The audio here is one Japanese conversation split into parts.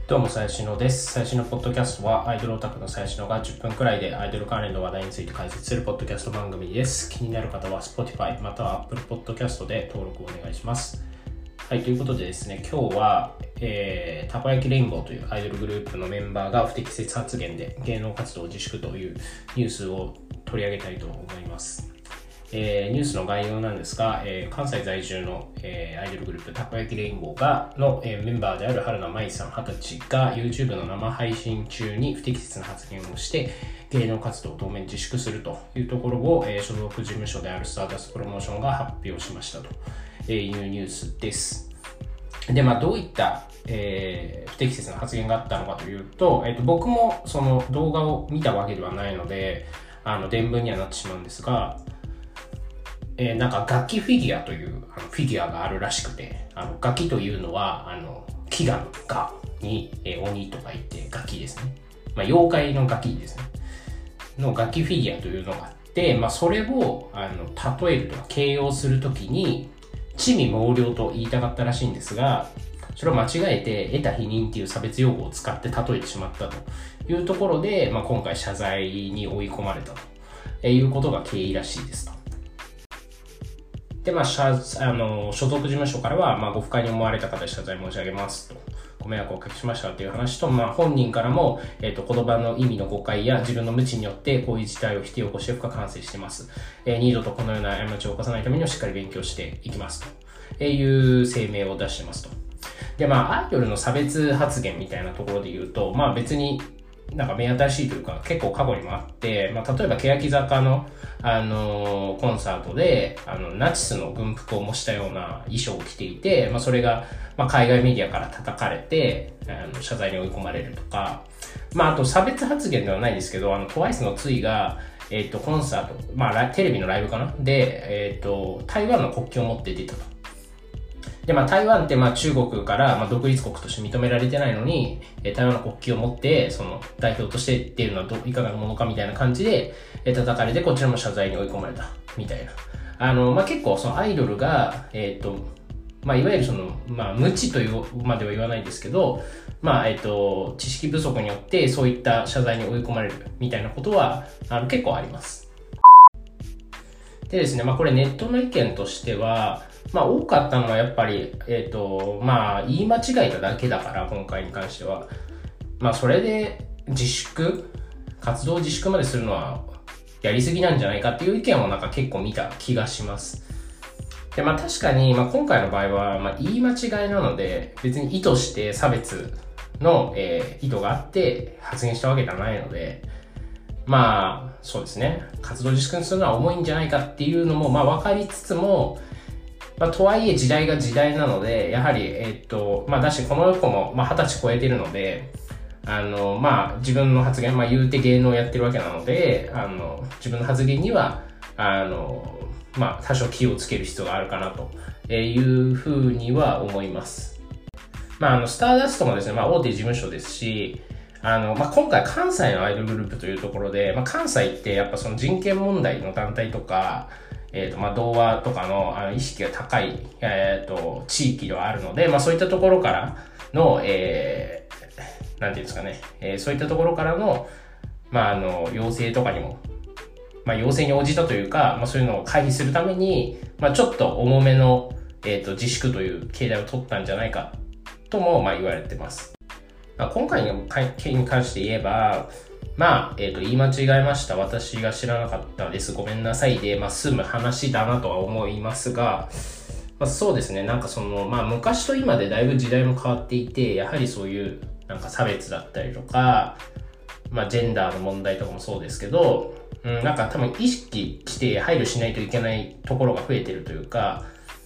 どうも、最新のです。最新のポッドキャストは、アイドルオタクの最新のが10分くらいでアイドル関連の話題について解説するポッドキャスト番組です。気になる方は Spotify または Apple Podcast で登録をお願いします。はい、ということでですね、今日は、たこ焼きレインボーというアイドルグループのメンバーが不適切発言で芸能活動自粛というニュースを取り上げたいと思います。ニュースの概要なんですが、関西在住の、アイドルグループたこ焼きレインボーの、メンバーである春名舞さん20歳が YouTube の生配信中に不適切な発言をして芸能活動を当面自粛するというところを、所属事務所であるスターダストプロモーションが発表しましたというニュースです。で、どういった、不適切な発言があったのかというと、僕もその動画を見たわけではないので伝聞にはなってしまうんですが、なんか楽器フィギュアというフィギュアがあるらしくて、楽器というのは祈願がに、鬼とか言って楽器ですね。妖怪の楽器ですね。の楽器フィギュアというのがあって、それを例えるとか形容するときに魑魅魍魎と言いたかったらしいんですが、それを間違えて得た否認っていう差別用語を使って例えてしまったというところで、今回謝罪に追い込まれたということが経緯らしいですと。で、所属事務所からは、ご不快に思われた方に謝罪申し上げますと、ご迷惑をおかけしましたという話と、本人からも、言葉の意味の誤解や自分の無知によってこういう事態を引き起こして深く反省しています。二度とこのような過ちを起こさないためにはしっかり勉強していきますという声明を出してますと。で、アイドルの差別発言みたいなところで言うと、別になんか目新しいというか結構過去にもあって、例えば欅坂のコンサートでナチスの軍服を模したような衣装を着ていて、それが海外メディアから叩かれて謝罪に追い込まれるとか、あと差別発言ではないですけどTWICE のツイがコンサート、テレビのライブかなで、台湾の国旗を持って出たと。で、台湾って中国から独立国として認められてないのに、台湾の国旗を持って、その代表としてっていうのはいかがなものかみたいな感じで、叩かれてこちらも謝罪に追い込まれたみたいな。結構そのアイドルが、いわゆるその、無知というまでは言わないですけど、知識不足によってそういった謝罪に追い込まれるみたいなことは、結構あります。でですね、これネットの意見としては、多かったのはやっぱり、言い間違えただけだから、今回に関しては。それで活動自粛までするのはやりすぎなんじゃないかっていう意見を結構見た気がします。で、確かに、今回の場合は、言い間違いなので、別に意図して差別の、意図があって発言したわけではないので、そうですね、活動自粛にするのは重いんじゃないかっていうのも、分かりつつも、とはいえ時代が時代なので、やはり、だし、この子も、20歳超えてるので、自分の発言、言うて芸能をやってるわけなので、自分の発言には、多少気をつける必要があるかなというふうには思います。スターダストもですね、大手事務所ですし、今回関西のアイドルグループというところで、関西ってやっぱその人権問題の団体とか、童話とかの意識が高い、地域ではあるので、そういったところからの、なんていうんですかね、そういったところからの、要請とかにも、要請に応じたというか、そういうのを回避するために、ちょっと重めの、自粛という形態を取ったんじゃないかとも、言われてます。今回の件に関して言えば、言い間違えました。私が知らなかったです。ごめんなさいで、済む話だなとは思いますが、そうですね。昔と今でだいぶ時代も変わっていて、やはりそういう、差別だったりとか、ジェンダーの問題とかもそうですけど、多分意識して配慮しないといけないところが増えてるというか、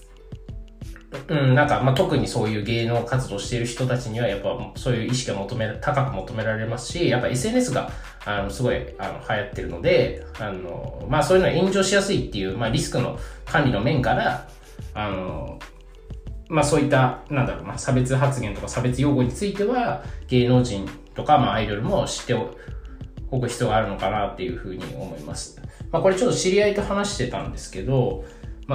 特にそういう芸能活動している人たちにはやっぱそういう意識が高く求められますし、やっぱ SNS がすごい流行ってるので、そういうのは炎上しやすいっていう、リスクの管理の面からそういった差別発言とか差別用語については芸能人とかアイドルも知っておく必要があるのかなっていうふうに思います。これちょっと知り合いと話してたんですけど、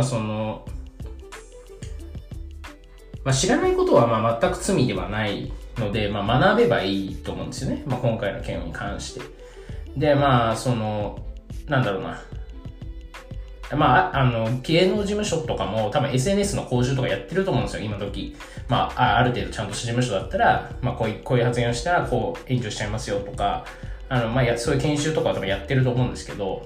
知らないことは全く罪ではないので、学べばいいと思うんですよね。今回の件に関して。で、なんだろうな。芸能事務所とかも多分 SNS の講習とかやってると思うんですよ、今時。ある程度ちゃんとした事務所だったら、こういう発言をしたら、援助しちゃいますよとか、そういう研修とか多分やってると思うんですけど、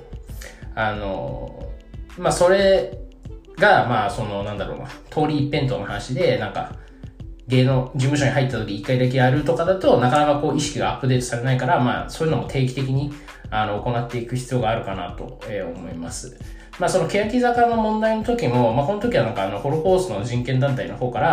それが、なんだろうな、通り一辺倒の話で、芸能事務所に入った時一回だけやるとかだと、なかなか意識がアップデートされないから、そういうのも定期的に、行っていく必要があるかなと思います。その欅坂の問題の時も、この時はホロコーストの人権団体の方から、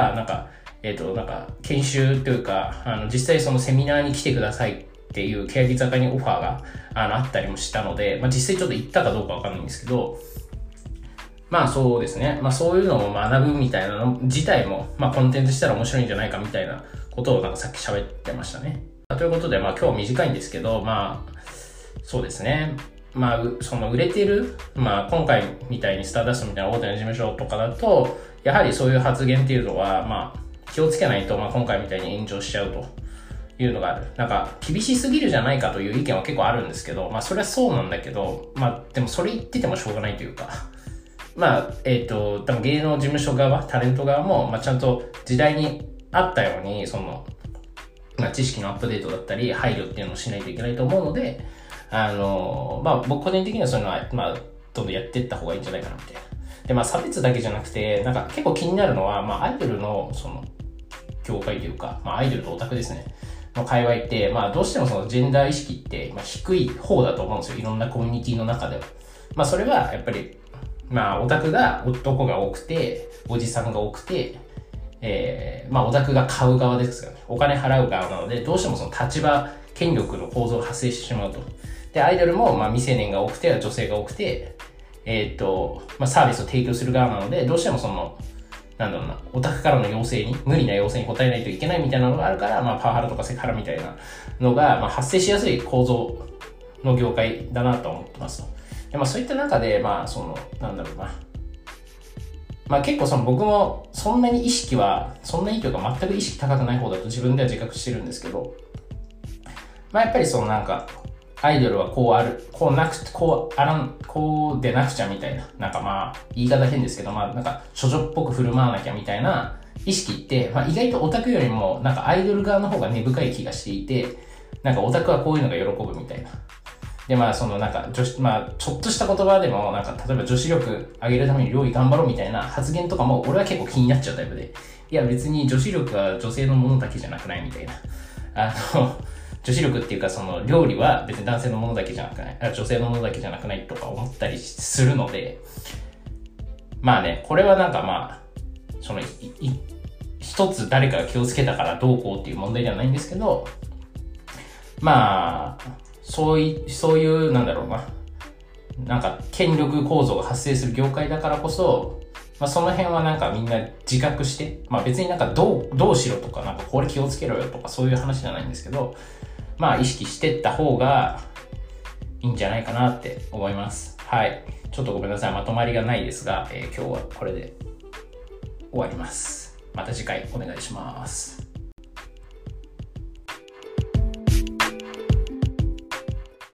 研修というか、実際そのセミナーに来てくださいっていう欅坂にオファーがあったりもしたので、実際ちょっと行ったかどうかわかんないんですけど、そうですね。そういうのを学ぶみたいなの自体も、コンテンツしたら面白いんじゃないかみたいなことをさっき喋ってましたね。ということで、今日短いんですけど、そうですね。その売れてる、今回みたいにスターダストみたいな大手の事務所とかだと、やはりそういう発言っていうのは、気をつけないと、今回みたいに炎上しちゃうというのがある。厳しすぎるじゃないかという意見は結構あるんですけど、それはそうなんだけど、でもそれ言っててもしょうがないというか、多分芸能事務所側、タレント側も、ちゃんと時代に合ったように、知識のアップデートだったり、配慮っていうのをしないといけないと思うので、僕個人的にはそういうのは、どんどんやっていった方がいいんじゃないかな、みたいな。で、差別だけじゃなくて、結構気になるのは、アイドルの、業界というか、アイドルとオタクですね、の界隈って、どうしてもそのジェンダー意識って、低い方だと思うんですよ。いろんなコミュニティの中では。それは、やっぱり、オタクが、男が多くて、おじさんが多くて、オタクが買う側ですからね。お金払う側なので、どうしてもその立場、権力の構造が発生してしまうと。で、アイドルも、未成年が多くて、女性が多くて、サービスを提供する側なので、どうしてもオタクからの要請に、無理な要請に応えないといけないみたいなのがあるから、パワハラとかセクハラみたいなのが、発生しやすい構造の業界だなと思ってますと。で、そういった中で、結構僕もそんなに意識は、そんなにというか全く意識高くない方だと自分では自覚してるんですけど、やっぱりアイドルはこうある、こうでなくちゃみたいな、言い方変ですけど、処女っぽく振る舞わなきゃみたいな意識って、意外とオタクよりも、アイドル側の方が根深い気がしていて、オタクはこういうのが喜ぶみたいな。で、ちょっとした言葉でも、例えば女子力上げるために料理頑張ろうみたいな発言とかも、俺は結構気になっちゃうタイプで。いや、別に女子力は女性のものだけじゃなくないみたいな。女子力っていうか料理は別に男性のものだけじゃなくない、女性のものだけじゃなくないとか思ったりするので、これは一つ誰かが気をつけたからどうこうっていう問題ではないんですけど、そういう権力構造が発生する業界だからこそ、その辺はみんな自覚して、別にどうしろとか、これ気をつけろよとかそういう話じゃないんですけど、意識してった方がいいんじゃないかなって思います。はい。ちょっとごめんなさい。まとまりがないですが、今日はこれで終わります。また次回お願いします。